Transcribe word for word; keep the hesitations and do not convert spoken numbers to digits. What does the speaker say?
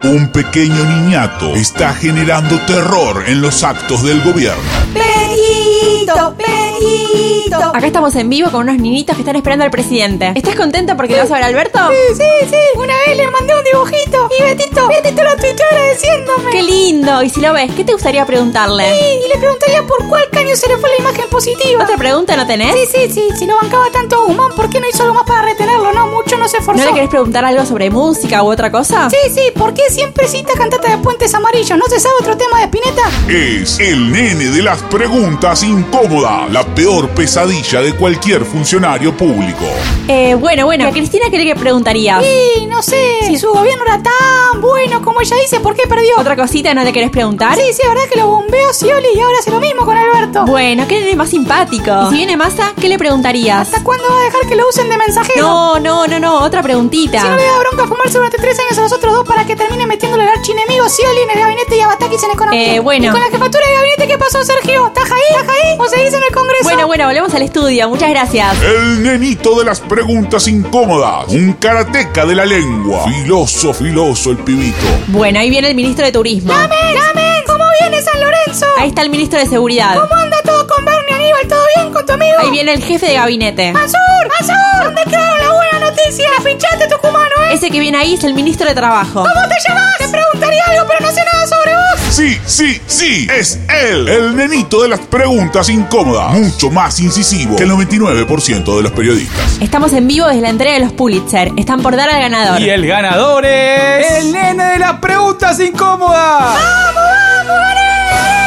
Un pequeño niñato está generando terror en los actos del gobierno. Perito, perito. Acá estamos en vivo con unos niñitos que están esperando al presidente. ¿Estás contento porque le vas a ver a Alberto? Sí, sí, sí. Una vez le mandé un dibujito y Betito, Betito lo tuiteó agradeciéndome. ¡Qué lindo! Y si lo ves, ¿qué te gustaría preguntarle? Sí, y le preguntaría por cuál caño se le fue la imagen positiva. ¿Otra pregunta no tenés? Sí, sí, sí. Si lo bancaba tanto a Guzmán, ¿por qué no hizo algo más para retenerlo? No, mucho no se esforzó. ¿No le querés preguntar algo sobre música u otra cosa? Sí, sí. ¿Por qué siempre cita cantata de Puentes Amarillos? ¿No se sabe otro tema de Spinetta? Es el nene de las preguntas incómodas, la peor pesadilla de cualquier funcionario público. Eh, bueno, bueno. ¿A Cristina qué le preguntarías? Sí, no sé. Si su gobierno era tan bueno como ella dice, ¿por qué perdió? ¿Otra cosita no le querés preguntar? Sí, sí, la verdad que lo bombeó Scioli y ahora hace lo mismo con Alberto. Bueno, ¿qué nene más simpático? Y si viene Massa, ¿qué le preguntarías? ¿Hasta cuándo va a dejar que lo usen de mensajero? No, no, no, no. Otra preguntita. Si no le da bronca fumarse durante tres años a los otros dos para que termine metiéndole el archienemigo Scioli en el gabinete y a Batakis en economía. Eh, bueno. ¿Y con la jefatura de gabinete qué pasó, Sergio? ¿Estás ahí? ¿Estás ahí? ¿O seguís en el Congreso? Bueno, bueno, volvemos al estudio. Muchas gracias. El nenito de las preguntas incómodas, un karateca de la lengua. Filoso, filoso el pibito. Bueno, ahí viene el ministro de Turismo. ¡Lamen! ¡Lamen! ¿Cómo viene San Lorenzo? Ahí está el ministro de Seguridad. ¿Cómo anda todo con Bernie, Aníbal? ¿Todo bien con tu amigo? Ahí viene el jefe de gabinete. ¡Mansur! ¡Mansur! ¿Dónde quedaron las buenas noticias? ¡Pinchate, tucumano, eh! Ese que viene ahí es el ministro de Trabajo. ¿Cómo te llamas? Te preguntaría algo, pero no sé nada sobre vos. Sí, sí, sí, es él, el nenito de las preguntas incómodas, mucho más incisivo que el noventa y nueve por ciento de los periodistas. Estamos en vivo desde la entrega de los Pulitzer. Están por dar al ganador. Y el ganador es... ¡el nene de las preguntas incómodas! ¡Vamos, vamos, gané!